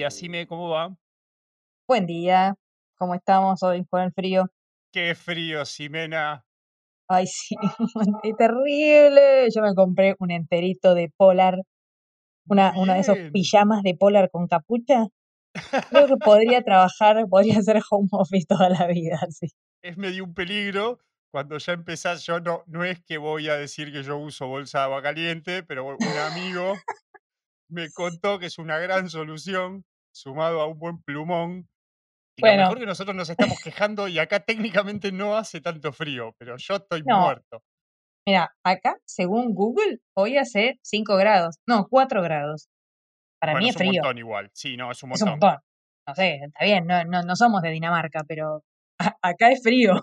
día, Sime, ¿cómo va? Buen día, ¿cómo estamos hoy con el frío? Qué frío, Ximena. Ay, sí, es terrible. Yo me compré un enterito de polar, Muy una de esos bien. pijamas de polar con capucha. Creo que podría trabajar, podría hacer home office toda la vida, sí. Es medio un peligro. Cuando ya empezás, yo no es que voy a decir que yo uso bolsa de agua caliente, pero un amigo me contó que es una gran solución, sumado a un buen plumón. Y lo Bueno, mejor que nosotros nos estamos quejando y acá técnicamente no hace tanto frío, pero yo estoy no, muerto. mira, acá, según Google, hoy hace 5 grados, no, 4 grados. Para Bueno, mí es es un frío, montón igual. Sí, no, es un es un montón. montón. No sé, está bien, no somos de Dinamarca, pero acá es frío.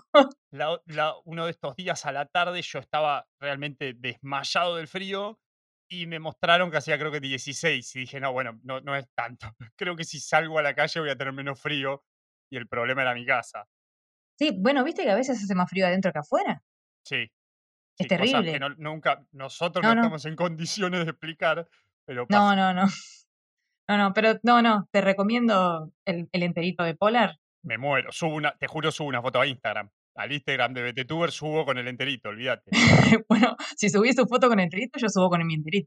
Uno de estos días a la tarde yo estaba realmente desmayado del frío y me mostraron que hacía creo que 16 y dije, no, bueno, no es tanto. Creo que si salgo a la calle voy a tener menos frío y el problema era mi casa. Sí, bueno, viste que a veces hace más frío adentro que afuera. Sí, Es sí, cosas que terrible. nunca nosotros no No, no, estamos en condiciones de explicar, pero no, pasa. no, no. No, no, pero no, te recomiendo el enterito de Polar. Me muero. Te juro, subo una foto a Instagram. Al Instagram de BTTuber subo con el enterito, olvídate. Bueno, si subís tu foto con el enterito, yo subo con mi enterito.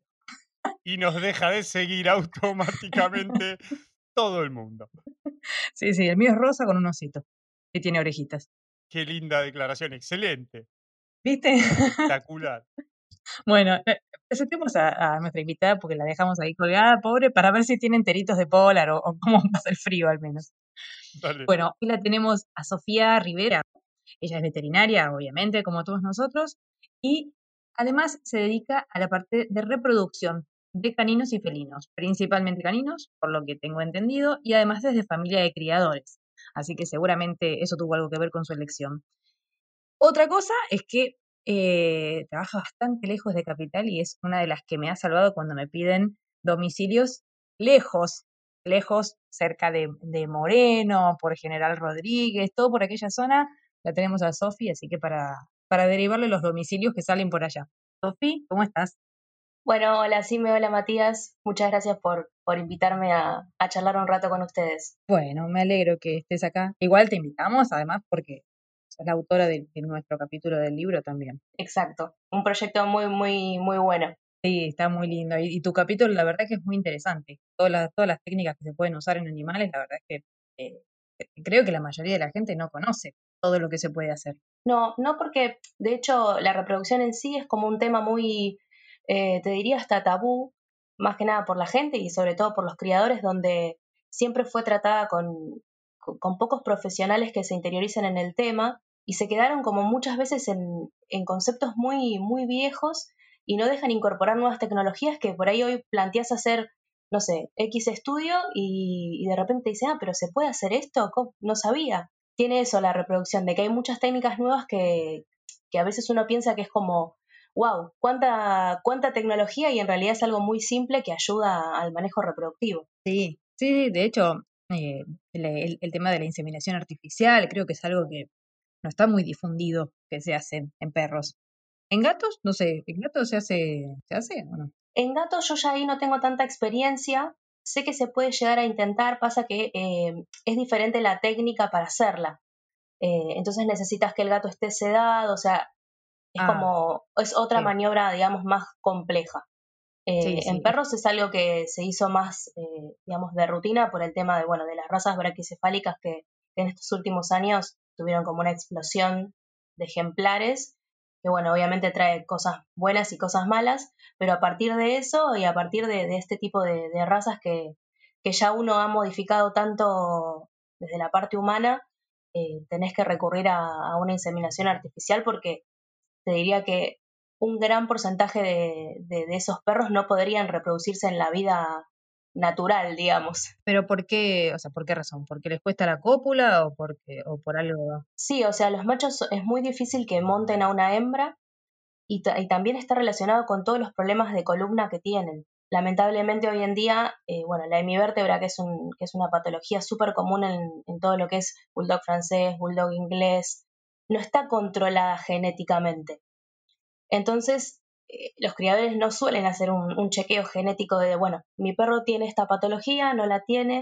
Y nos deja de seguir automáticamente todo el mundo. Sí, sí, el mío es rosa con un osito y tiene orejitas. Qué linda declaración, excelente, ¿Viste? espectacular. Bueno, presentemos a nuestra invitada porque la dejamos ahí colgada, pobre, para ver si tiene enteritos de Polar o cómo pasa el frío al menos. Dale. Bueno, hoy la tenemos a Sofía Rivera. Ella es veterinaria, obviamente, como todos nosotros, y además se dedica a la parte de reproducción de caninos y felinos, principalmente caninos, por lo que tengo entendido, y además desde familia de criadores. Así que seguramente eso tuvo algo que ver con su elección. Otra cosa es que trabaja bastante lejos de Capital y es una de las que me ha salvado cuando me piden domicilios lejos, lejos, cerca de Moreno, por General Rodríguez, todo por aquella zona, la tenemos a Sofi, así que para derivarle los domicilios que salen por allá. Sofi, ¿cómo estás? Bueno, hola Sime, hola Matías. Muchas gracias por invitarme a charlar un rato con ustedes. Bueno, me alegro que estés acá. Igual te invitamos, además, porque sos la autora de nuestro capítulo del libro también. Exacto. Un proyecto muy, muy, muy bueno. Sí, está muy lindo. Y tu capítulo, la verdad que es muy interesante. Todas las técnicas que se pueden usar en animales, la verdad es que creo que la mayoría de la gente no conoce todo lo que se puede hacer. No, no porque de hecho la reproducción en sí es como un tema muy, te diría hasta tabú, más que nada por la gente y sobre todo por los criadores, donde siempre fue tratada con pocos profesionales que se interioricen en el tema y se quedaron como muchas veces en conceptos muy, muy viejos y no dejan incorporar nuevas tecnologías que por ahí hoy planteas hacer, no sé, X estudio y de repente dice, ah, pero ¿se puede hacer esto? ¿Cómo? No sabía. Tiene eso la reproducción, de que hay muchas técnicas nuevas que a veces uno piensa que es como, wow, cuánta tecnología y en realidad es algo muy simple que ayuda al manejo reproductivo. Sí, sí, de hecho, el tema de la inseminación artificial creo que es algo que no está muy difundido que se hace en perros. En gatos, no sé, ¿en gatos se hace o no? En gatos yo ya ahí no tengo tanta experiencia, sé que se puede llegar a intentar, pasa que es diferente la técnica para hacerla. Entonces necesitas que el gato esté sedado, o sea, Ah, es otra sí, maniobra, digamos, más compleja. sí, En sí. perros es algo que se hizo más, digamos, de rutina por el tema de, bueno, de las razas braquicefálicas que en estos últimos años tuvieron como una explosión de ejemplares, que bueno, obviamente trae cosas buenas y cosas malas, pero a partir de eso y a partir de este tipo de razas que ya uno ha modificado tanto desde la parte humana, tenés que recurrir a una inseminación artificial porque te diría que un gran porcentaje de esos perros no podrían reproducirse en la vida natural, digamos. Pero ¿por qué? O sea, ¿por qué razón? ¿Porque les cuesta la cópula o porque o por algo? Sí, o sea, los machos es muy difícil que monten a una hembra y también está relacionado con todos los problemas de columna que tienen. Lamentablemente hoy en día, bueno, la hemivértebra, que es una patología súper común en todo lo que es bulldog francés, bulldog inglés, no está controlada genéticamente. Entonces, los criadores no suelen hacer un chequeo genético de, bueno, mi perro tiene esta patología, no la tiene,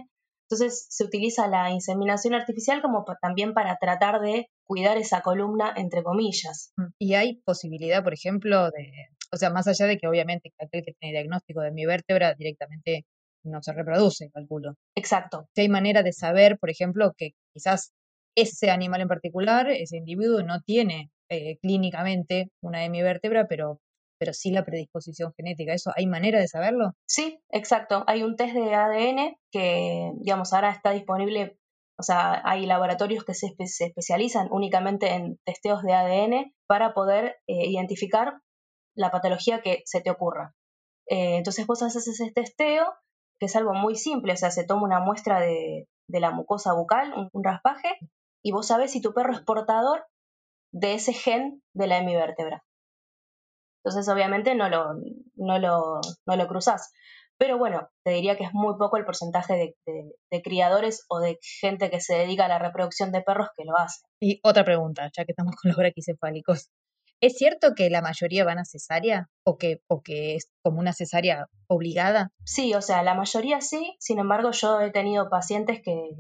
Entonces se utiliza la inseminación artificial como también para tratar de cuidar esa columna, entre comillas. Y hay posibilidad, por ejemplo, o sea, más allá de que obviamente aquel que tiene diagnóstico de hemivértebra directamente no se reproduce, calculo. Exacto. Si hay manera de saber, por ejemplo, que quizás ese animal en particular, ese individuo no tiene clínicamente una hemivértebra, pero sí la predisposición genética. ¿Eso hay manera de saberlo? Sí, exacto. Hay un test de ADN que, digamos, ahora está disponible. O sea, hay laboratorios que se especializan únicamente en testeos de ADN para poder identificar la patología que se te ocurra. Entonces vos haces ese testeo, que es algo muy simple, o sea, se toma una muestra de la mucosa bucal, un raspaje, y vos sabés si tu perro es portador de ese gen de la hemivértebra. Entonces, obviamente, no lo cruzás. Pero bueno, te diría que es muy poco el porcentaje de criadores o de gente que se dedica a la reproducción de perros que lo hace. Y otra pregunta, ya que estamos con los braquicefálicos. ¿Es cierto que la mayoría van a cesárea o que es como una cesárea obligada? Sí, o sea, la mayoría sí, sin embargo, yo he tenido pacientes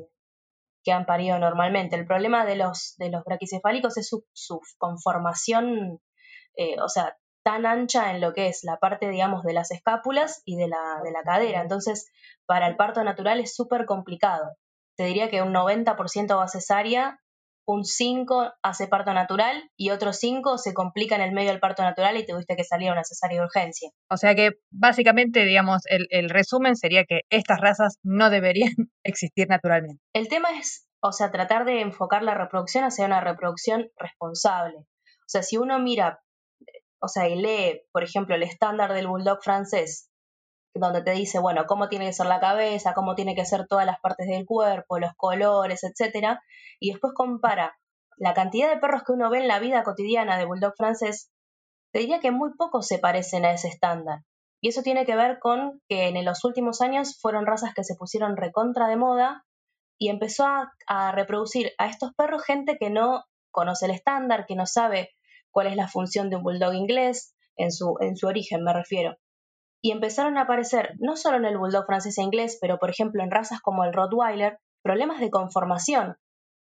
que han parido normalmente. El problema de los braquicefálicos es su conformación, o sea, tan ancha en lo que es la parte, digamos, de las escápulas y de la cadera. Entonces, para el parto natural es súper complicado. Te diría que un 90% va cesárea, un 5% hace parto natural y otro 5% se complica en el medio del parto natural y tuviste que salir a una cesárea de urgencia. O sea que básicamente, digamos, el resumen sería que estas razas no deberían existir naturalmente. El tema es, o sea, tratar de enfocar la reproducción hacia una reproducción responsable. O sea, si uno mira, o sea, y lee, por ejemplo, el estándar del bulldog francés, donde te dice, bueno, cómo tiene que ser la cabeza, cómo tiene que ser todas las partes del cuerpo, los colores, etcétera, y después compara la cantidad de perros que uno ve en la vida cotidiana de bulldog francés, te diría que muy pocos se parecen a ese estándar. Y eso tiene que ver con que en los últimos años fueron razas que se pusieron recontra de moda y empezó a reproducir a estos perros gente que no conoce el estándar, que no sabe cuál es la función de un bulldog inglés, en su origen me refiero. Y empezaron a aparecer, no solo en el bulldog francés e inglés, pero por ejemplo en razas como el Rottweiler, problemas de conformación.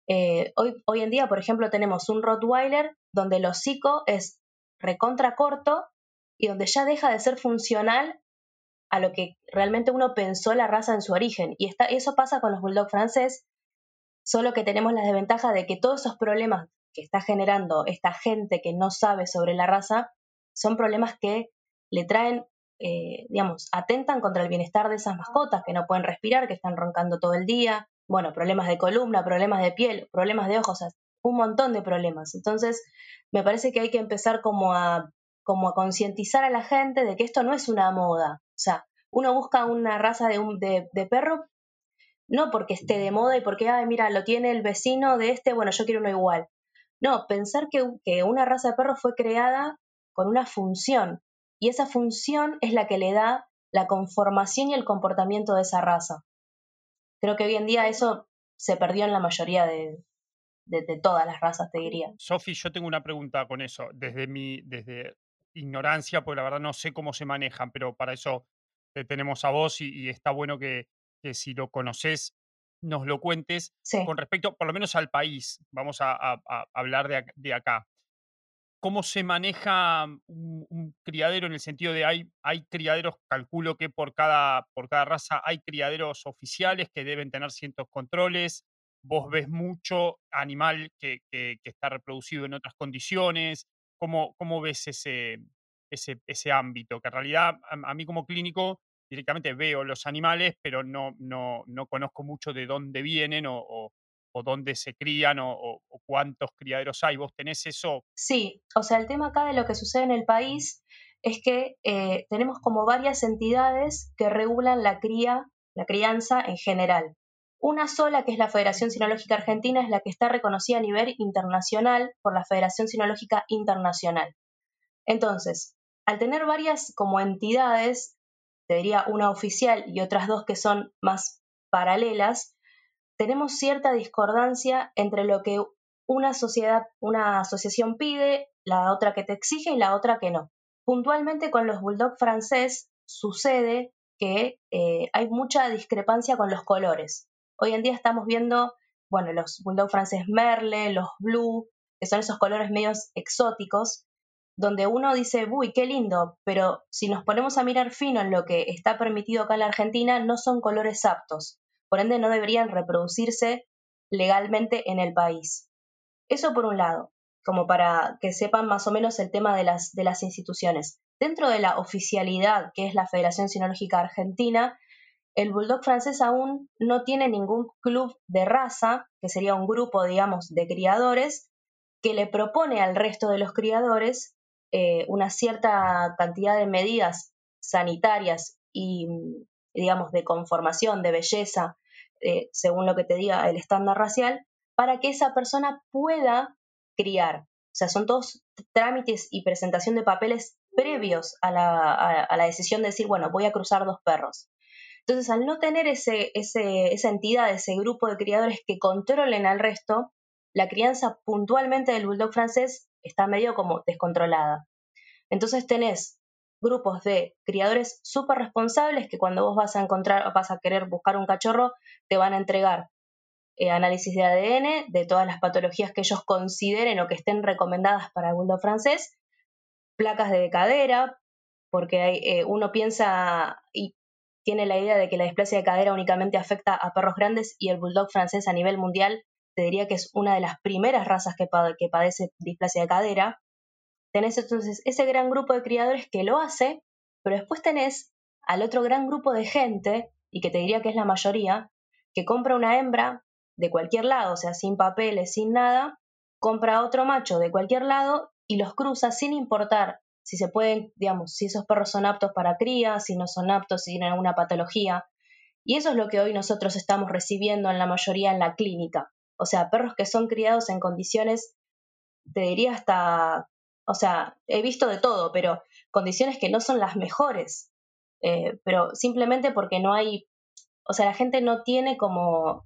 Hoy en día, por ejemplo, tenemos un Rottweiler donde el hocico es recontra corto y donde ya deja de ser funcional a lo que realmente uno pensó la raza en su origen. Y eso pasa con los bulldog francés, solo que tenemos la desventaja de que todos esos problemas que está generando esta gente que no sabe sobre la raza son problemas que le traen, digamos, atentan contra el bienestar de esas mascotas, que no pueden respirar, que están roncando todo el día, bueno, problemas de columna, problemas de piel, problemas de ojos, o sea, un montón de problemas. Entonces, me parece que hay que empezar como a concientizar a la gente de que esto no es una moda. O sea, uno busca una raza de perro no porque esté de moda y porque, ay, mira, lo tiene el vecino de este, bueno, yo quiero uno igual. No, pensar que una raza de perro fue creada con una función y esa función es la que le da la conformación y el comportamiento de esa raza. Creo que hoy en día eso se perdió en la mayoría de todas las razas, te diría. Sofi, yo tengo una pregunta con eso, desde ignorancia, porque la verdad no sé cómo se manejan, pero para eso te tenemos a vos y está bueno que si lo conoces nos lo cuentes. Sí. Con respecto, por lo menos al país, vamos a hablar de acá. ¿Cómo se maneja un criadero en el sentido de hay criaderos, calculo que por cada raza hay criaderos oficiales que deben tener ciertos controles? ¿Vos ves mucho animal que está reproducido en otras condiciones? ¿Cómo ves ese ámbito? Que en realidad a mí como clínico directamente veo los animales, pero no conozco mucho de dónde vienen o dónde se crían o cuántos criaderos hay. ¿Vos tenés eso? Sí, o sea, el tema acá de lo que sucede en el país es que tenemos como varias entidades que regulan la crianza en general. Una sola, que es la Federación Sinológica Argentina, es la que está reconocida a nivel internacional por la Federación Sinológica Internacional. Entonces, al tener varias como entidades, te diría una oficial y otras dos que son más paralelas, tenemos cierta discordancia entre lo que una sociedad, una asociación pide, la otra que te exige y la otra que no. Puntualmente con los bulldog francés sucede que hay mucha discrepancia con los colores. Hoy en día estamos viendo, bueno, los bulldog francés merle, los blue, que son esos colores medios exóticos, donde uno dice, uy, qué lindo, pero si nos ponemos a mirar fino en lo que está permitido acá en la Argentina, no son colores aptos. Por ende, no deberían reproducirse legalmente en el país. Eso por un lado, como para que sepan más o menos el tema de las instituciones. Dentro de la oficialidad, que es la Federación Sinológica Argentina, el bulldog francés aún no tiene ningún club de raza, que sería un grupo, digamos, de criadores, que le propone al resto de los criadores una cierta cantidad de medidas sanitarias y, digamos, de conformación, de belleza, según lo que te diga el estándar racial, para que esa persona pueda criar. O sea, son todos trámites y presentación de papeles previos a la decisión de decir, bueno, voy a cruzar dos perros. Entonces, al no tener esa entidad, ese grupo de criadores que controlen al resto, la crianza puntualmente del bulldog francés está medio como descontrolada. Entonces tenés grupos de criadores súper responsables que cuando vos vas a querer buscar un cachorro, te van a entregar análisis de ADN, de todas las patologías que ellos consideren o que estén recomendadas para el bulldog francés, placas de cadera, porque uno piensa y tiene la idea de que la displasia de cadera únicamente afecta a perros grandes y el bulldog francés a nivel mundial te diría que es una de las primeras razas que padece displasia de cadera. Tenés entonces ese gran grupo de criadores que lo hace, pero después tenés al otro gran grupo de gente, y que te diría que es la mayoría, que compra una hembra de cualquier lado, o sea, sin papeles, sin nada, compra otro macho de cualquier lado y los cruza sin importar si se pueden, digamos, si esos perros son aptos para cría, si no son aptos, si tienen alguna patología. Y eso es lo que hoy nosotros estamos recibiendo en la mayoría en la clínica. O sea, perros que son criados en condiciones, te diría hasta, o sea, he visto de todo, pero condiciones que no son las mejores. Pero simplemente porque no hay, o sea, la gente no tiene como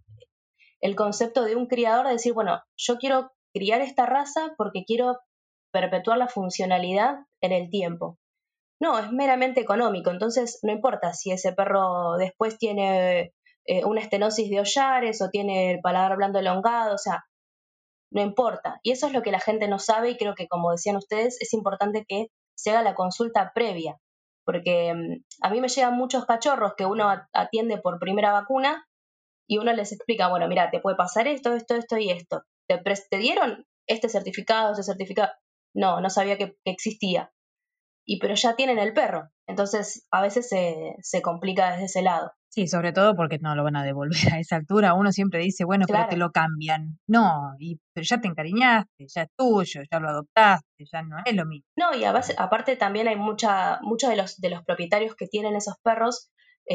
el concepto de un criador de decir, bueno, yo quiero criar esta raza porque quiero perpetuar la funcionalidad en el tiempo. No, es meramente económico, entonces no importa si ese perro después tiene una estenosis de Ollares o tiene el paladar blando elongado, o sea, no importa. Y eso es lo que la gente no sabe y creo que, como decían ustedes, es importante que se haga la consulta previa, porque a mí me llegan muchos cachorros que uno atiende por primera vacuna y uno les explica, bueno, mira, te puede pasar esto, esto, esto y esto. ¿Te dieron este certificado, este certificado? No, no sabía que existía. Y pero ya tienen el perro. Entonces, a veces se complica desde ese lado. Sí, sobre todo porque no lo van a devolver a esa altura. Uno siempre dice, bueno, pero te Claro. lo cambian. No, pero ya te encariñaste, ya es tuyo, ya lo adoptaste, ya no es lo mismo. No, y aparte también hay muchos de los propietarios que tienen esos perros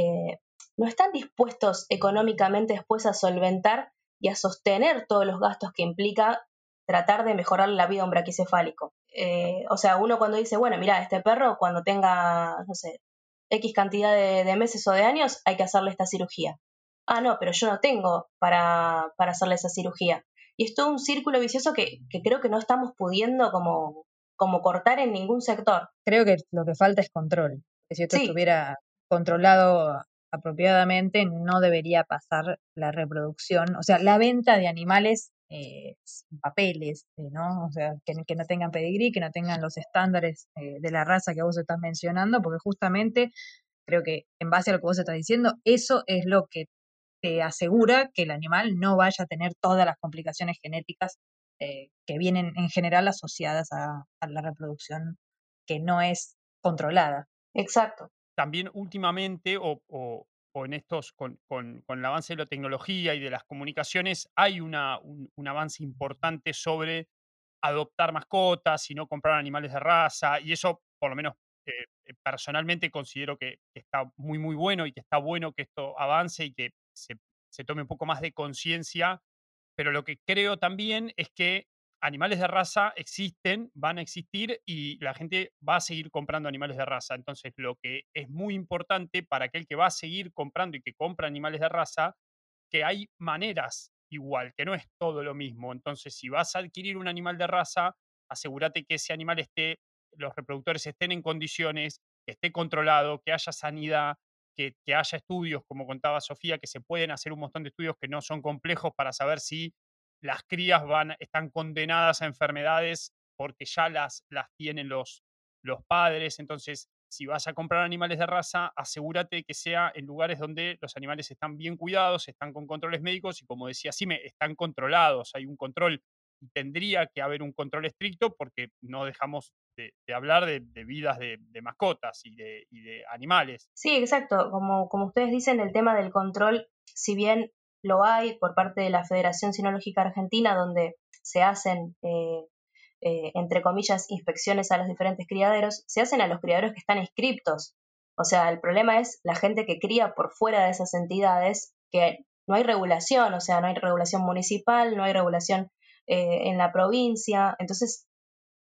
no están dispuestos económicamente después a solventar y a sostener todos los gastos que implica tratar de mejorar la vida a un braquicefálico. O sea, uno cuando dice, bueno, mira, este perro cuando tenga, no sé, X cantidad de meses o de años hay que hacerle esta cirugía. Ah, no, pero yo no tengo para hacerle esa cirugía. Y es todo un círculo vicioso que creo que no estamos pudiendo como cortar en ningún sector. Creo que lo que falta es control. Que si esto Sí, estuviera controlado apropiadamente, no debería pasar la reproducción, o sea, la venta de animales sin papeles, ¿no? O sea, que no tengan pedigrí, que no tengan los estándares de la raza que vos estás mencionando, porque justamente creo que en base a lo que vos estás diciendo, eso es lo que te asegura que el animal no vaya a tener todas las complicaciones genéticas que vienen en general asociadas a la reproducción que no es controlada. exacto. También últimamente, o en estos, con el avance de la tecnología y de las comunicaciones, hay un avance importante sobre adoptar mascotas y no comprar animales de raza, y eso, por lo menos, personalmente considero que está muy, muy bueno y que está bueno que esto avance y que se tome un poco más de conciencia, pero lo que creo también es que animales de raza existen, van a existir y la gente va a seguir comprando animales de raza. Entonces, lo que es muy importante para aquel que va a seguir comprando y que compra animales de raza, que hay maneras igual, que no es todo lo mismo. Entonces, si vas a adquirir un animal de raza, asegúrate que ese animal esté, los reproductores estén en condiciones, que esté controlado, que haya sanidad, que haya estudios, como contaba Sofía, que se pueden hacer un montón de estudios que no son complejos para saber si las crías están condenadas a enfermedades porque ya las tienen los padres. Entonces, si vas a comprar animales de raza, asegúrate que sea en lugares donde los animales están bien cuidados, están con controles médicos y, como decía Sime, están controlados. Hay un control y tendría que haber un control estricto porque no dejamos de hablar de vidas de mascotas y de animales. Sí, exacto. Como ustedes dicen, el tema del control, si bien lo hay por parte de la Federación Cinológica Argentina, donde se hacen, entre comillas, inspecciones a los diferentes criaderos, se hacen a los criaderos que están inscriptos. O sea, el problema es la gente que cría por fuera de esas entidades, que no hay regulación, o sea, no hay regulación municipal, no hay regulación en la provincia. Entonces,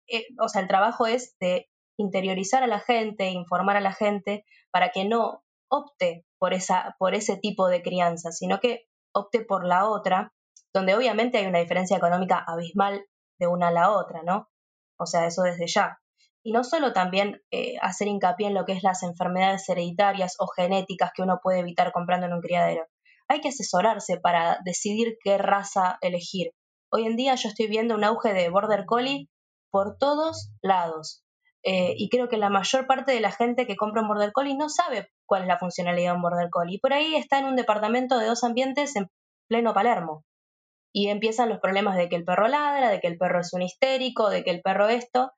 o sea, el trabajo es de interiorizar a la gente, informar a la gente para que no opte por ese tipo de crianza, sino que opte por la otra, donde obviamente hay una diferencia económica abismal de una a la otra, ¿no? O sea, eso desde ya. Y no solo también hacer hincapié en lo que es las enfermedades hereditarias o genéticas que uno puede evitar comprando en un criadero. Hay que asesorarse para decidir qué raza elegir. Hoy en día yo estoy viendo un auge de Border Collie por todos lados. Y creo que la mayor parte de la gente que compra un Border Collie no sabe cuál es la funcionalidad de un Border Collie. Y por ahí está en un departamento de 2 ambientes en pleno Palermo. Y empiezan los problemas de que el perro ladra, de que el perro es un histérico, de que el perro esto.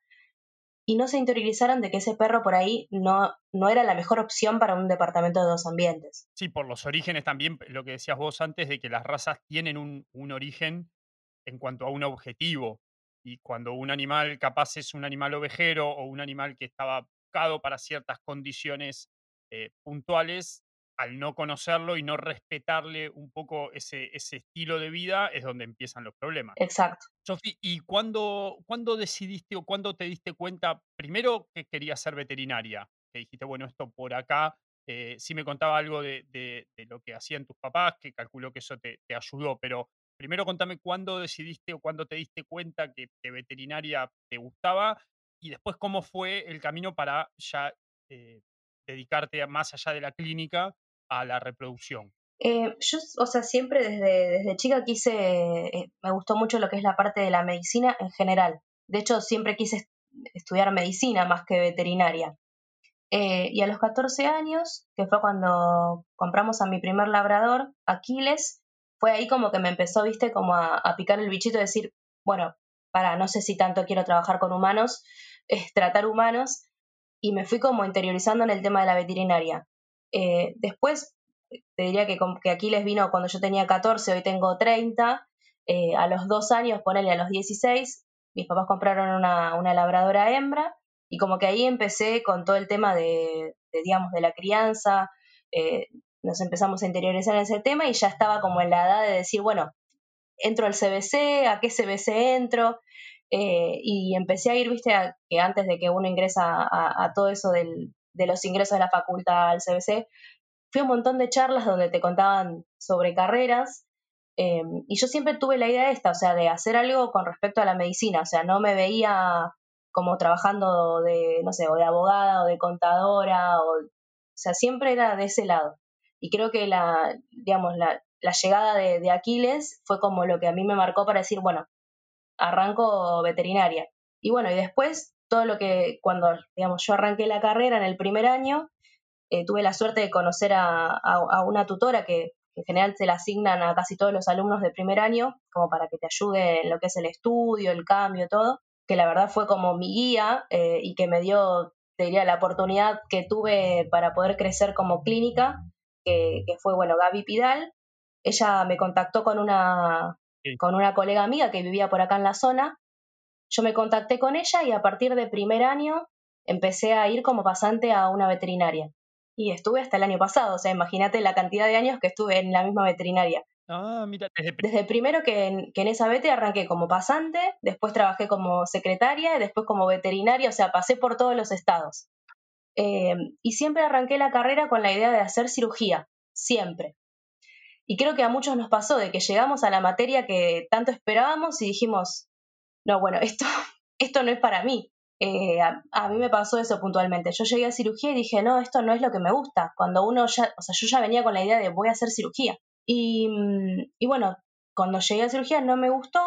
Y no se interiorizaron de que ese perro por ahí no era la mejor opción para un departamento de 2 ambientes. Sí, por los orígenes también, lo que decías vos antes, de que las razas tienen un origen en cuanto a un objetivo. Y cuando un animal capaz es un animal ovejero o un animal que estaba buscado para ciertas condiciones puntuales, al no conocerlo y no respetarle un poco ese estilo de vida, es donde empiezan los problemas. Exacto. Sofi, ¿y cuándo decidiste o cuándo te diste cuenta, primero, que querías ser veterinaria? Que dijiste, bueno, esto por acá, sí me contaba algo de lo que hacían tus papás, que calculo que eso te ayudó, pero primero contame cuándo decidiste o cuándo te diste cuenta que veterinaria te gustaba y después cómo fue el camino para ya eh, dedicarte más allá de la clínica a la reproducción. Yo, o sea, siempre desde chica quise, me gustó mucho lo que es la parte de la medicina en general. De hecho, siempre quise estudiar medicina más que veterinaria. Y a los 14 años, que fue cuando compramos a mi primer labrador, Aquiles, fue ahí como que me empezó, viste, como a picar el bichito y decir, bueno, no sé si tanto quiero trabajar con humanos, tratar humanos, y me fui como interiorizando en el tema de la veterinaria. Después, te diría que Aquiles vino cuando yo tenía 14, hoy tengo 30, a los 2 años, ponele a los 16, mis papás compraron una labradora hembra, y como que ahí empecé con todo el tema digamos, de la crianza, eh, nos empezamos a interiorizar en ese tema y ya estaba como en la edad de decir, bueno, entro al CBC, ¿a qué CBC entro? Y empecé a ir, viste, que antes de que uno ingresa a todo eso de los ingresos de la facultad al CBC, fui a un montón de charlas donde te contaban sobre carreras, y yo siempre tuve la idea esta, o sea, de hacer algo con respecto a la medicina, o sea, no me veía como trabajando de, no sé, o de abogada o de contadora, o sea, siempre era de ese lado. Y creo que digamos, la llegada de Aquiles fue como lo que a mí me marcó para decir, bueno, arranco veterinaria. Y bueno, y después todo lo que, cuando, digamos, yo arranqué la carrera en el primer año, tuve la suerte de conocer a una tutora que en general se la asignan a casi todos los alumnos de primer año, como para que te ayude en lo que es el estudio, el cambio, todo, que la verdad fue como mi guía, y que me dio, te diría, la oportunidad que tuve para poder crecer como clínica, que fue, bueno, Gaby Pidal. Ella me contactó Sí. con una colega amiga que vivía por acá en la zona. Yo me contacté con ella y a partir de primer año empecé a ir como pasante a una veterinaria. Y estuve hasta el año pasado, o sea, imagínate la cantidad de años que estuve en la misma veterinaria. Ah, mira, Desde primero que en esa vete arranqué como pasante, después trabajé como secretaria y después como veterinaria, o sea, pasé por todos los estados. Y siempre arranqué la carrera con la idea de hacer cirugía, siempre. Y creo que a muchos nos pasó de que llegamos a la materia que tanto esperábamos y dijimos, no, bueno, esto no es para mí. a mí me pasó eso puntualmente. Yo llegué a cirugía y dije, no, esto no es lo que me gusta. Cuando uno ya, o sea, yo ya venía con la idea de voy a hacer cirugía. Y bueno, cuando llegué a cirugía no me gustó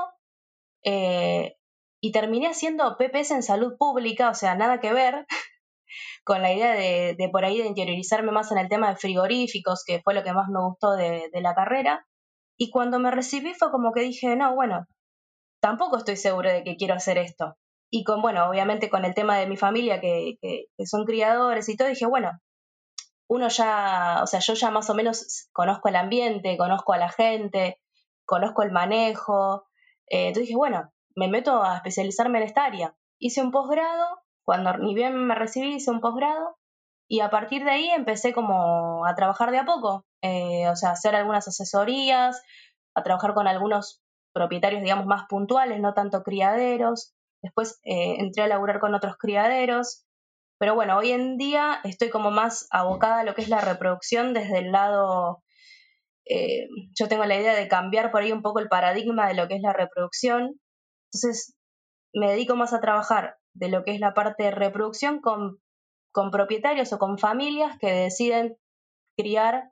y terminé haciendo PPS en salud pública, o sea, nada que ver con la idea de por ahí de interiorizarme más en el tema de frigoríficos, que fue lo que más me gustó de la carrera. Y cuando me recibí fue como que dije, no, bueno, tampoco estoy segura de que quiero hacer esto. Y con, bueno, obviamente con el tema de mi familia, que son criadores y todo, dije, bueno, uno ya, o sea, yo ya más o menos conozco el ambiente, conozco a la gente, conozco el manejo. Entonces dije, bueno, me meto a especializarme en esta área. Hice un posgrado, cuando ni bien me recibí, hice un posgrado, y a partir de ahí empecé como a trabajar de a poco, o sea, hacer algunas asesorías, a trabajar con algunos propietarios, digamos, más puntuales, no tanto criaderos. Después entré a laburar con otros criaderos. Pero bueno, hoy en día estoy como más abocada a lo que es la reproducción desde el lado, eh, yo tengo la idea de cambiar por ahí un poco el paradigma de lo que es la reproducción. Entonces me dedico más a trabajar de lo que es la parte de reproducción con propietarios o con familias que deciden criar,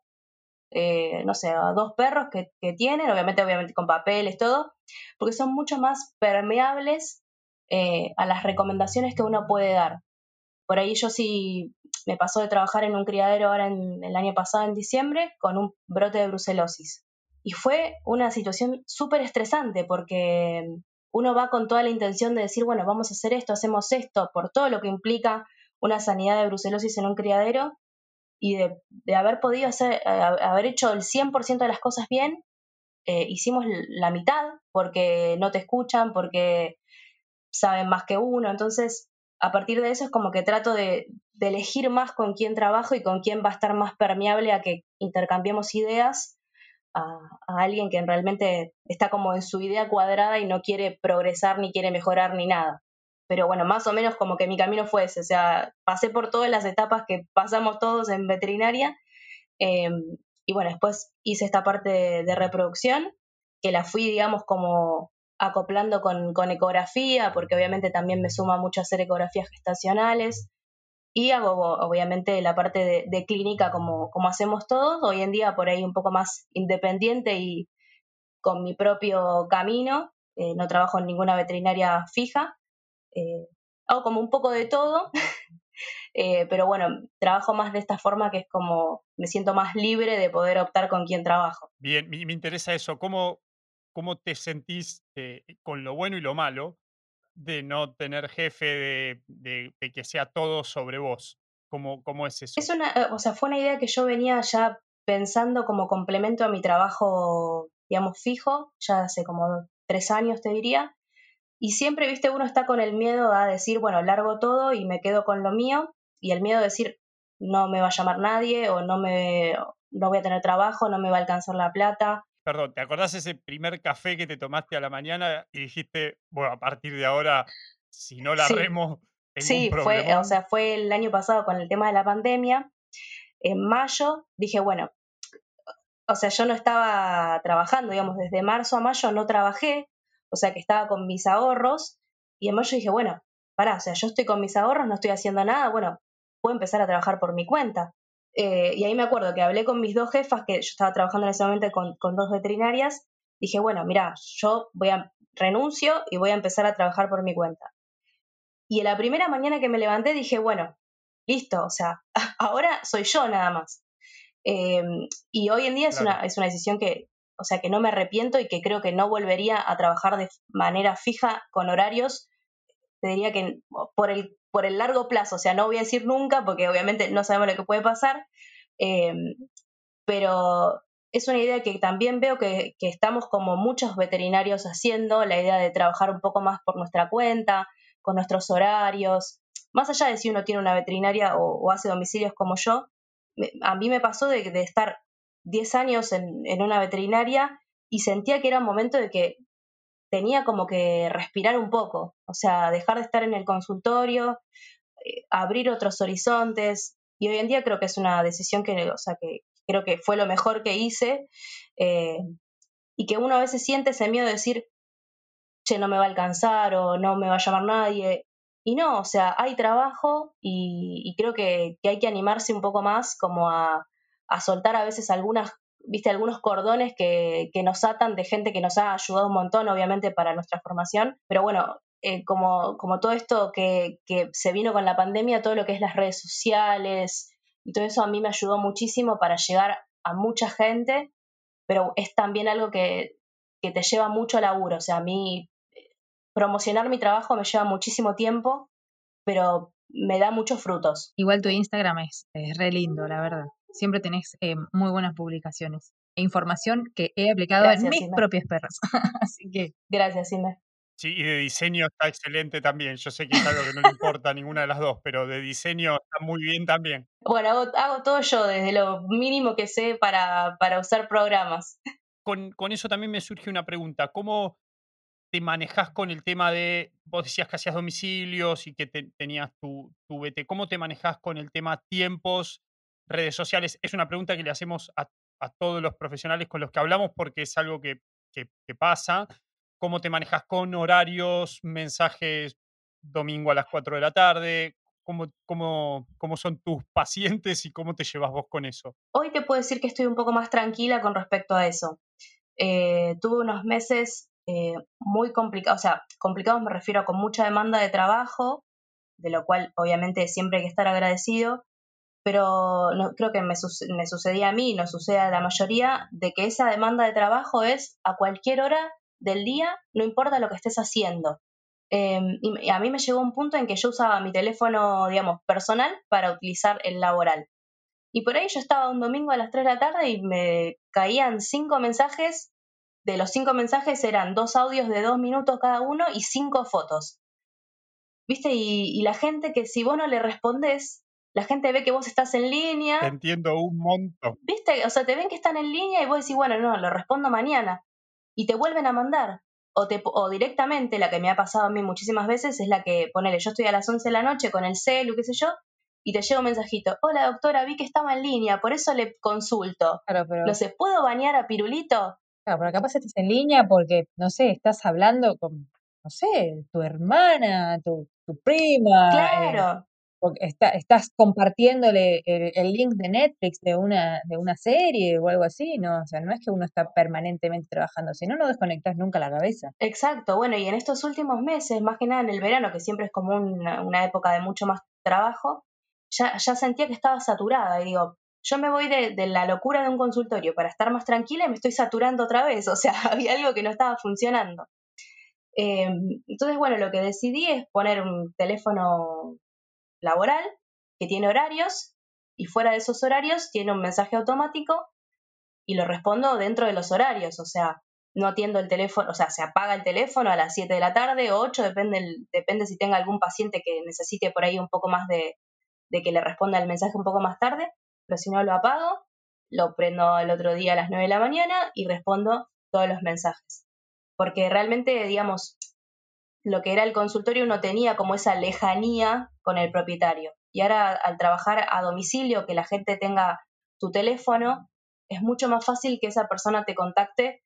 no sé, a 2 perros que tienen, obviamente con papeles, todo, porque son mucho más permeables a las recomendaciones que uno puede dar. Por ahí yo sí me pasó de trabajar en un criadero ahora en el año pasado, en diciembre, con un brote de brucelosis. Y fue una situación súper estresante porque uno va con toda la intención de decir, bueno, vamos a hacer esto, hacemos esto, por todo lo que implica una sanidad de brucelosis en un criadero y de haber podido haber hecho el 100% de las cosas bien, hicimos la mitad porque no te escuchan, porque saben más que uno. Entonces, a partir de eso es como que trato de elegir más con quién trabajo y con quién va a estar más permeable a que intercambiemos ideas a, a alguien que realmente está como en su idea cuadrada y no quiere progresar, ni quiere mejorar, ni nada. Pero bueno, más o menos como que mi camino fue ese, o sea, pasé por todas las etapas que pasamos todos en veterinaria, eh, y bueno, después hice esta parte de reproducción, que la fui, digamos, como acoplando con ecografía, porque obviamente también me suma mucho hacer ecografías gestacionales. Y hago, obviamente, la parte de clínica como hacemos todos. Hoy en día, por ahí un poco más independiente y con mi propio camino. No trabajo en ninguna veterinaria fija. Eh, Hago como un poco de todo. Pero bueno, trabajo más de esta forma que es como me siento más libre de poder optar con quién trabajo. Bien, me interesa eso. ¿Cómo te sentís con lo bueno y lo malo de no tener jefe, de que sea todo sobre vos? ¿Cómo es eso? O sea, fue una idea que yo venía ya pensando como complemento a mi trabajo, digamos, fijo, ya hace como 3 años te diría. Y siempre, viste, uno está con el miedo a decir, bueno, largo todo y me quedo con lo mío, y el miedo de decir, no me va a llamar nadie, o no voy a tener trabajo, no me va a alcanzar la plata. Perdón, ¿te acordás ese primer café que te tomaste a la mañana y dijiste, bueno, a partir de ahora, si no la Sí, remo, tengo un sí, o problemón? sea, fue el año pasado con el tema de la pandemia. En mayo dije, bueno, o sea, yo no estaba trabajando, digamos, desde marzo a mayo no trabajé, o sea, que estaba con mis ahorros, y en mayo dije, bueno, pará, o sea, yo estoy con mis ahorros, no estoy haciendo nada, bueno, puedo empezar a trabajar por mi cuenta. Y ahí me acuerdo que hablé con mis 2 jefas, que yo estaba trabajando en ese momento con 2 veterinarias, dije, bueno, mira, yo renuncio y voy a empezar a trabajar por mi cuenta. Y en la primera mañana que me levanté dije, bueno, listo, o sea, ahora soy yo nada más. Eh, y hoy en día Claro. es una decisión que, o sea, que no me arrepiento y que creo que no volvería a trabajar de manera fija con horarios. Te diría que por el largo plazo, o sea, no voy a decir nunca porque obviamente no sabemos lo que puede pasar, eh, pero es una idea que también veo que estamos como muchos veterinarios haciendo, la idea de trabajar un poco más por nuestra cuenta, con nuestros horarios, más allá de si uno tiene una veterinaria o hace domicilios como yo. A mí me pasó de estar 10 años en una veterinaria y sentía que era un momento de que tenía como que respirar un poco, o sea, dejar de estar en el consultorio, abrir otros horizontes, y hoy en día creo que es una decisión o sea, que creo que fue lo mejor que hice, eh, y que uno a veces siente ese miedo de decir, che, no me va a alcanzar o no me va a llamar nadie. Y no, o sea, hay trabajo y creo que hay que animarse un poco más como a soltar a veces algunas, viste, algunos cordones que nos atan de gente que nos ha ayudado un montón, obviamente, para nuestra formación. Pero bueno, como todo esto que se vino con la pandemia, todo lo que es las redes sociales y todo eso a mí me ayudó muchísimo para llegar a mucha gente, pero es también algo que te lleva mucho laburo. O sea, a mí promocionar mi trabajo me lleva muchísimo tiempo, pero me da muchos frutos. Igual tu Instagram es re lindo, la verdad. Siempre tenés muy buenas publicaciones e información que he aplicado en Gracias, mis Ime. propios perros. Así que, Gracias, Ime. Sí, y de diseño está excelente también. Yo sé que es algo que no le importa a ninguna de las dos, pero de diseño está muy bien también. Bueno, hago todo yo, desde lo mínimo que sé para usar programas. Con eso también me surge una pregunta. ¿Cómo te manejás con el tema de, vos decías que hacías domicilios y que tenías tu VT, ¿cómo te manejás con el tema tiempos, redes sociales? Es una pregunta que le hacemos a todos los profesionales con los que hablamos porque es algo que pasa. ¿Cómo te manejas con horarios, mensajes domingo a las 4 de la tarde? ¿Cómo son tus pacientes y cómo te llevas vos con eso? Hoy te puedo decir que estoy un poco más tranquila con respecto a eso. Tuve unos meses muy complicados, o sea, complicados me refiero a con mucha demanda de trabajo, de lo cual obviamente siempre hay que estar agradecido, pero no, creo que me sucedía a mí y nos sucede a la mayoría, de que esa demanda de trabajo es a cualquier hora del día, no importa lo que estés haciendo. Y a mí me llegó un punto en que yo usaba mi teléfono, digamos, personal para utilizar el laboral. Y por ahí yo estaba un domingo a las 3 de la tarde y me caían 5 mensajes. De los 5 mensajes eran 2 audios de 2 minutos cada uno y 5 fotos. ¿Viste? Y la gente que si vos no le respondés, la gente ve que vos estás en Te línea, entiendo un montón. ¿viste? O sea, te ven que están en línea y vos decís, bueno, no, lo respondo mañana. Y te vuelven a mandar. O directamente, la que me ha pasado a mí muchísimas veces, es la que, ponele, yo estoy a las 11 de la noche con el celu, qué sé yo, y te llega un mensajito, hola doctora, vi que estaba en línea, por eso le consulto. claro, No sé, ¿puedo bañar a Pirulito? claro, pero capaz estás en línea porque, no sé, estás hablando con, no sé, tu hermana, tu prima, Claro, porque estás compartiéndole el link de Netflix de una serie o algo así, ¿no? O sea, no es que uno está permanentemente trabajando, si no, no desconectas nunca la cabeza. exacto. Bueno, y en estos últimos meses, más que nada en el verano, que siempre es como una época de mucho más trabajo, ya sentía que estaba saturada. Y digo, yo me voy de la locura de un consultorio para estar más tranquila y me estoy saturando otra vez. O sea, había algo que no estaba funcionando. Eh, entonces, bueno, lo que decidí es poner un teléfono laboral que tiene horarios y fuera de esos horarios tiene un mensaje automático y lo respondo dentro de los horarios, o sea, no atiendo el teléfono, o sea, se apaga el teléfono a las 7 de la tarde o 8, depende si tenga algún paciente que necesite por ahí un poco más de que le responda el mensaje un poco más tarde, pero si no lo apago, lo prendo el otro día a las 9 de la mañana y respondo todos los mensajes. Porque realmente, digamos, lo que era el consultorio uno tenía como esa lejanía con el propietario. Y ahora al trabajar a domicilio, que la gente tenga tu teléfono, es mucho más fácil que esa persona te contacte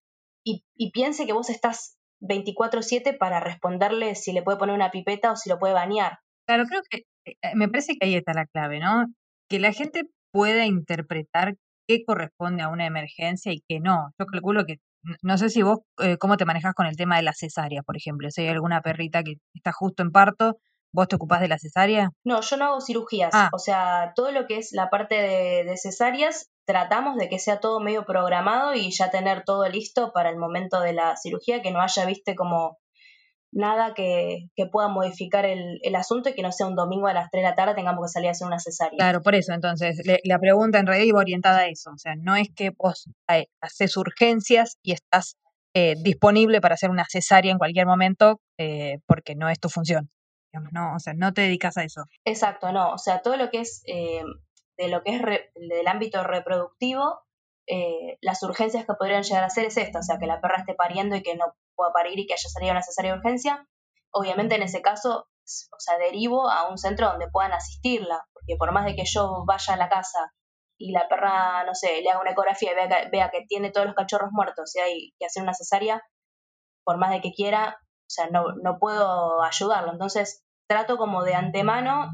y piense que vos estás 24/7 para responderle si le puede poner una pipeta o si lo puede bañar. Claro, creo que me parece que ahí está la clave, ¿no? Que la gente pueda interpretar qué corresponde a una emergencia y qué no. Yo calculo que, no sé si vos, cómo te manejas con el tema de la cesárea, por ejemplo. Si hay alguna perrita que está justo en parto, ¿vos te ocupás de la cesárea? No, yo no hago cirugías, Ah, o sea, todo lo que es la parte de cesáreas, tratamos de que sea todo medio programado y ya tener todo listo para el momento de la cirugía, que no haya, viste, como nada que pueda modificar el asunto y que no sea un domingo a las 3 de la tarde tengamos que salir a hacer una cesárea. claro, por eso. Entonces, la pregunta en realidad iba orientada a eso. O sea, no es que vos haces urgencias y estás disponible para hacer una cesárea en cualquier momento porque no es tu función. Digamos, no, o sea, no te dedicas a eso. Exacto, no, o sea, todo lo que es de lo que es del ámbito reproductivo, las urgencias que podrían llegar a ser es esto, o sea, que la perra esté pariendo y que no pueda parir y que haya salido una cesárea de urgencia. Obviamente en ese caso, o sea, derivo a un centro donde puedan asistirla, porque por más de que yo vaya a la casa y la perra, no sé, le haga una ecografía y vea que tiene todos los cachorros muertos y hay que hacer una cesárea, por más de que quiera, o sea, no puedo ayudarlo. Entonces, trato como de antemano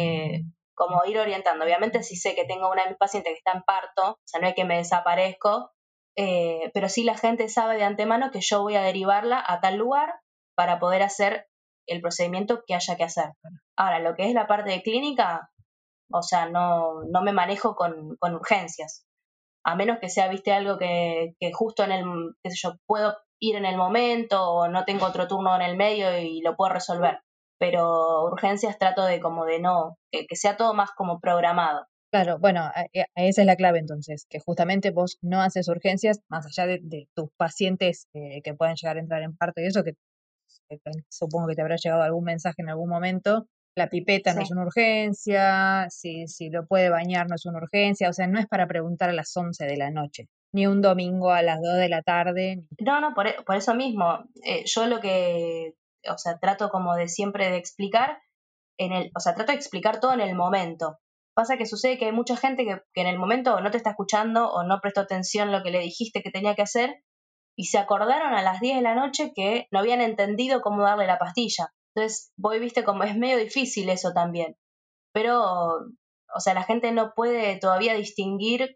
como ir orientando. Obviamente si sé que tengo una de mis pacientes que está en parto, o sea, no es que me desaparezco, pero sí la gente sabe de antemano que yo voy a derivarla a tal lugar para poder hacer el procedimiento que haya que hacer. Ahora, lo que es la parte de clínica, o sea, no me manejo con urgencias, a menos que sea, viste, algo que justo en el, qué sé yo, puedo ir en el momento o no tengo otro turno en el medio y lo puedo resolver. Pero urgencias trato de como de no, que sea todo más como programado. Claro, bueno, esa es la clave entonces, que justamente vos no haces urgencias, más allá de tus pacientes que puedan llegar a entrar en parto y eso, que supongo que te habrá llegado algún mensaje en algún momento. La pipeta no es Sí. una urgencia, si lo puede bañar no es una urgencia, o sea, no es para preguntar a las 11 de la noche, ni un domingo a las 2 de la tarde. No, por eso mismo, yo lo que, o sea, trato como de siempre de explicar, o sea, trato de explicar todo en el momento. Pasa que sucede que hay mucha gente que en el momento no te está escuchando o no prestó atención a lo que le dijiste que tenía que hacer y se acordaron a las 10 de la noche que no habían entendido cómo darle la pastilla. Entonces, voy, viste, como es medio difícil eso también. Pero, o sea, la gente no puede todavía distinguir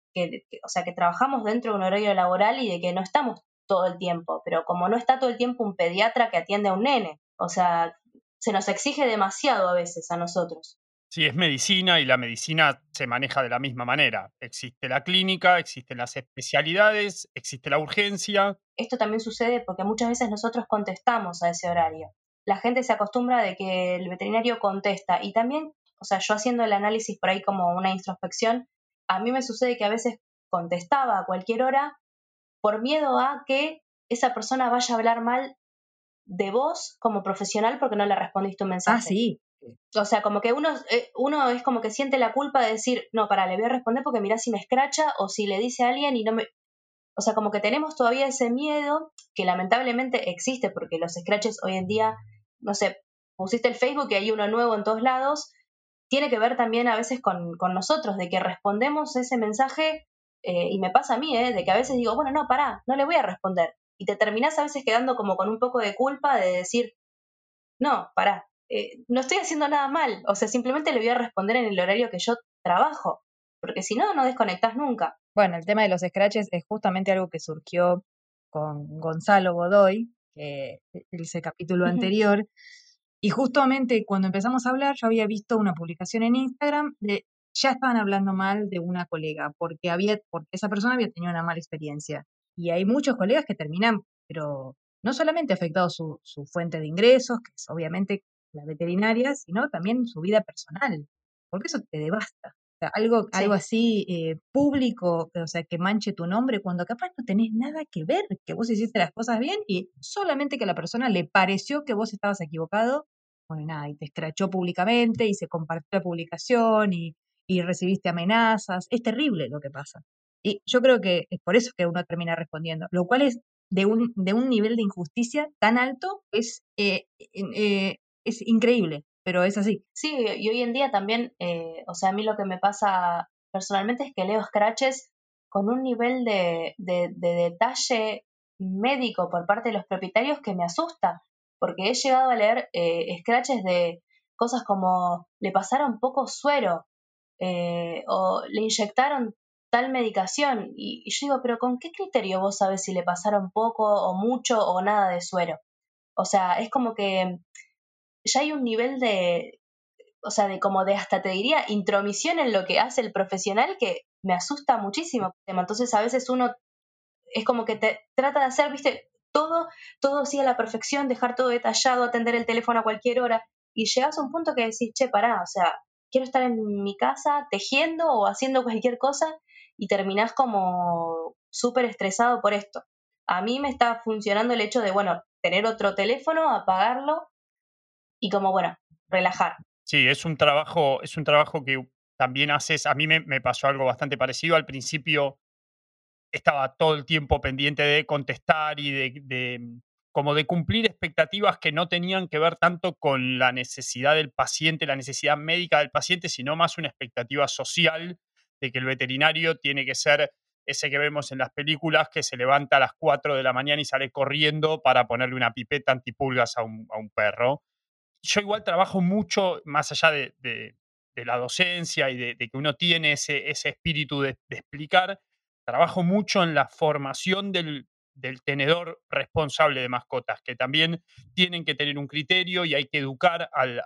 o sea, que trabajamos dentro de un horario laboral y de que no estamos todo el tiempo, pero como no está todo el tiempo un pediatra que atiende a un nene, o sea, se nos exige demasiado a veces a nosotros. Sí, es medicina y la medicina se maneja de la misma manera. Existe la clínica, existen las especialidades, existe la urgencia. Esto también sucede porque muchas veces nosotros contestamos a ese horario. La gente se acostumbra de que el veterinario contesta y también, o sea, yo haciendo el análisis por ahí como una introspección, a mí me sucede que a veces contestaba a cualquier hora por miedo a que esa persona vaya a hablar mal de vos como profesional porque no le respondiste un Ah, mensaje. sí. O sea, como que uno es como que siente la culpa de decir, no, para, le voy a responder porque mirá si me escracha o si le dice a alguien y no me... O sea, como que tenemos todavía ese miedo que lamentablemente existe porque los scratches hoy en día, no sé, pusiste el Facebook y hay uno nuevo en todos lados, tiene que ver también a veces con nosotros, de que respondemos ese mensaje, y me pasa a mí, de que a veces digo, bueno, no, pará, no le voy a responder. Y te terminás a veces quedando como con un poco de culpa de decir, no, pará, no estoy haciendo nada mal, o sea, simplemente le voy a responder en el horario que yo trabajo, porque si no, no desconectás nunca. Bueno, el tema de los scratches es justamente algo que surgió con Gonzalo Godoy, que ese capítulo anterior, y justamente cuando empezamos a hablar, yo había visto una publicación en Instagram de ya estaban hablando mal de una colega, porque esa persona había tenido una mala experiencia. Y hay muchos colegas que terminan, pero no solamente afectado su fuente de ingresos, que es obviamente la veterinaria, sino también su vida personal, porque eso te devasta. O sea, algo Sí. así público, o sea, que manche tu nombre, cuando capaz no tenés nada que ver, que vos hiciste las cosas bien y solamente que a la persona le pareció que vos estabas equivocado, bueno, y nada, y te escrachó públicamente y se compartió la publicación y recibiste amenazas. Es terrible lo que pasa. Y yo creo que es por eso que uno termina respondiendo, lo cual es de un nivel de injusticia tan alto, es increíble, pero es así. Sí, y hoy en día también, o sea, a mí lo que me pasa personalmente es que leo scratches con un nivel de detalle médico por parte de los propietarios que me asusta, porque he llegado a leer scratches de cosas como le pasaron poco suero, o le inyectaron tal medicación, y yo digo, pero ¿con qué criterio vos sabés si le pasaron poco o mucho o nada de suero? O sea, es como que ya hay un nivel de, o sea, de como de hasta te diría intromisión en lo que hace el profesional que me asusta muchísimo. Entonces a veces uno es como que te trata de hacer, viste, todo sí a la perfección, dejar todo detallado, atender el teléfono a cualquier hora y llegas a un punto que decís, che, pará, o sea, quiero estar en mi casa tejiendo o haciendo cualquier cosa y terminás como súper estresado por esto. A mí me está funcionando el hecho de, bueno, tener otro teléfono, apagarlo y como, bueno, relajar. Sí, es un trabajo que también haces. A mí me pasó algo bastante parecido. Al principio estaba todo el tiempo pendiente de contestar y como de cumplir expectativas que no tenían que ver tanto con la necesidad del paciente, la necesidad médica del paciente, sino más una expectativa social de que el veterinario tiene que ser ese que vemos en las películas, que se levanta a las 4 de la mañana y sale corriendo para ponerle una pipeta antipulgas a un perro. yo igual trabajo mucho, más allá de la docencia y de que uno tiene ese espíritu de explicar, trabajo mucho en la formación del tenedor responsable de mascotas, que también tienen que tener un criterio y hay que educar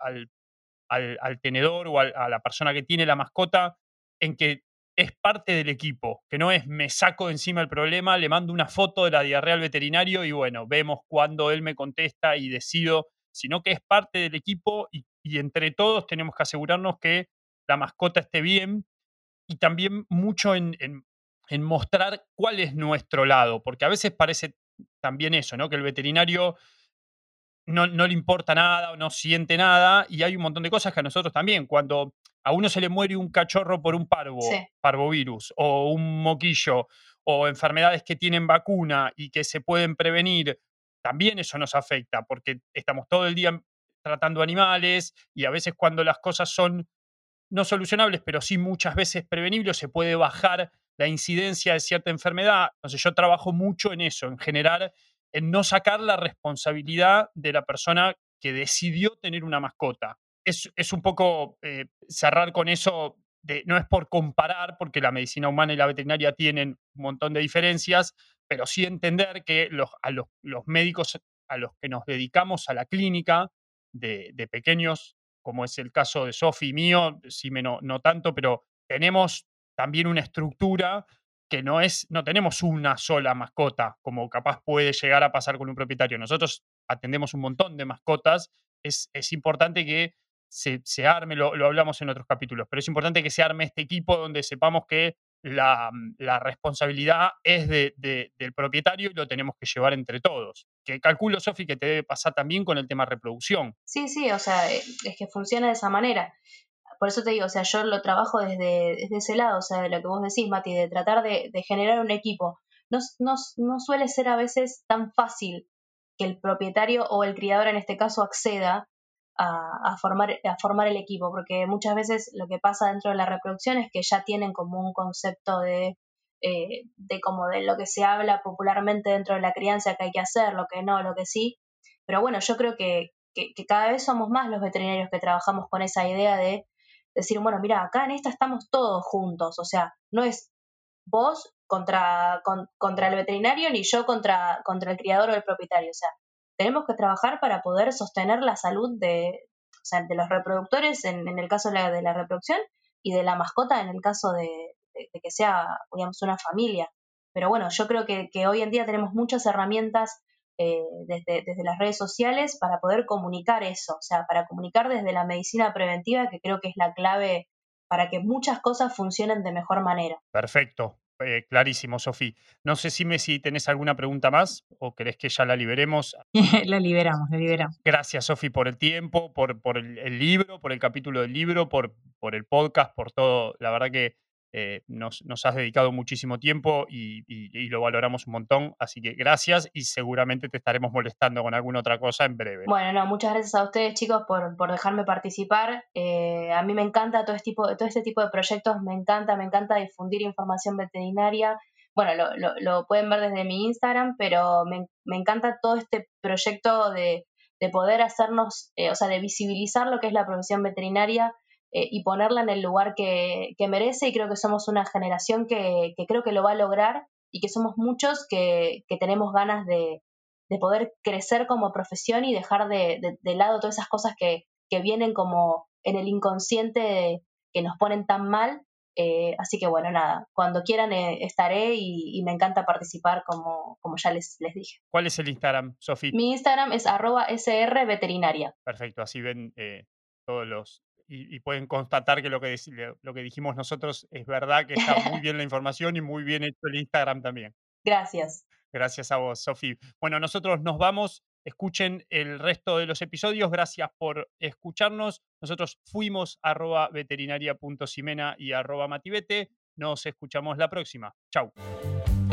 al tenedor o a la persona que tiene la mascota en que es parte del equipo, que no es me saco de encima el problema, le mando una foto de la diarrea al veterinario y bueno, vemos cuando él me contesta y decido, sino que es parte del equipo y entre todos tenemos que asegurarnos que la mascota esté bien y también mucho en mostrar cuál es nuestro lado, porque a veces parece también eso, ¿no? Que el veterinario no le importa nada o no siente nada, y hay un montón de cosas que a nosotros también, cuando a uno se le muere un cachorro por un Sí, parvovirus, o un moquillo, o enfermedades que tienen vacuna y que se pueden prevenir, también eso nos afecta, porque estamos todo el día tratando animales y a veces cuando las cosas son no solucionables, pero sí muchas veces prevenibles, se puede bajar la incidencia de cierta enfermedad. Entonces yo trabajo mucho en eso, en generar, en no sacar la responsabilidad de la persona que decidió tener una mascota. Es un poco cerrar con eso, no es por comparar, porque la medicina humana y la veterinaria tienen un montón de diferencias, pero sí entender que los médicos a los que nos dedicamos a la clínica de pequeños como es el caso de Sofi y mío, sí no tanto, pero tenemos también una estructura que no tenemos una sola mascota, como capaz puede llegar a pasar con un propietario. Nosotros atendemos un montón de mascotas. Es importante que se arme, lo hablamos en otros capítulos, pero es importante que se arme este equipo donde sepamos que la responsabilidad es del propietario y lo tenemos que llevar entre todos. Que calculo, Sofi, que te debe pasar también con el tema reproducción. sí, sí, o sea, es que funciona de esa manera. Por eso te digo, o sea, yo lo trabajo desde ese lado, o sea, de lo que vos decís, Mati, de tratar de generar un equipo. No suele ser a veces tan fácil que el propietario o el criador en este caso acceda a formar el equipo, porque muchas veces lo que pasa dentro de la reproducción es que ya tienen como un concepto de como de lo que se habla popularmente dentro de la crianza, que hay que hacer, lo que no, lo que sí. Pero bueno, yo creo que cada vez somos más los veterinarios que trabajamos con esa idea de decir, bueno, mira, acá en esta estamos todos juntos, o sea, no es vos contra el veterinario ni yo contra el criador o el propietario, o sea, tenemos que trabajar para poder sostener la salud o sea, de los reproductores en el caso de la reproducción y de la mascota en el caso de que sea, digamos, una familia. Pero bueno, yo creo que hoy en día tenemos muchas herramientas desde las redes sociales para poder comunicar eso, o sea, para comunicar desde la medicina preventiva, que creo que es la clave para que muchas cosas funcionen de mejor manera. Perfecto, clarísimo, Sofi. No sé si tenés alguna pregunta más o querés que ya la liberemos. La liberamos, la liberamos. Gracias, Sofi, por el tiempo, por el libro, por el capítulo del libro, por el podcast, por todo. La verdad que nos has dedicado muchísimo tiempo y lo valoramos un montón. Así que gracias y seguramente te estaremos molestando con alguna otra cosa en breve. Bueno, no, muchas gracias a ustedes, chicos, por dejarme participar. A mí me encanta todo este tipo de proyectos, me encanta difundir información veterinaria. Bueno, lo pueden ver desde mi Instagram, pero me encanta todo este proyecto de poder hacernos, o sea, de visibilizar lo que es la profesión veterinaria y ponerla en el lugar que merece. Y creo que somos una generación que creo que lo va a lograr y que somos muchos que tenemos ganas de poder crecer como profesión y dejar de lado todas esas cosas que vienen como en el inconsciente que nos ponen tan mal. Así que bueno, nada, cuando quieran estaré y me encanta participar como ya les dije. ¿Cuál es el Instagram, Sofi? Mi Instagram es @srveterinaria. Perfecto, así ven todos y pueden constatar que lo que dijimos nosotros es verdad, que está muy bien la información y muy bien hecho el Instagram también. Gracias. Gracias a vos, Sofi. Bueno, nosotros nos vamos. Escuchen el resto de los episodios. Gracias por escucharnos. Nosotros fuimos @veterinaria.ximena y @matibete. Nos escuchamos la próxima. Chau.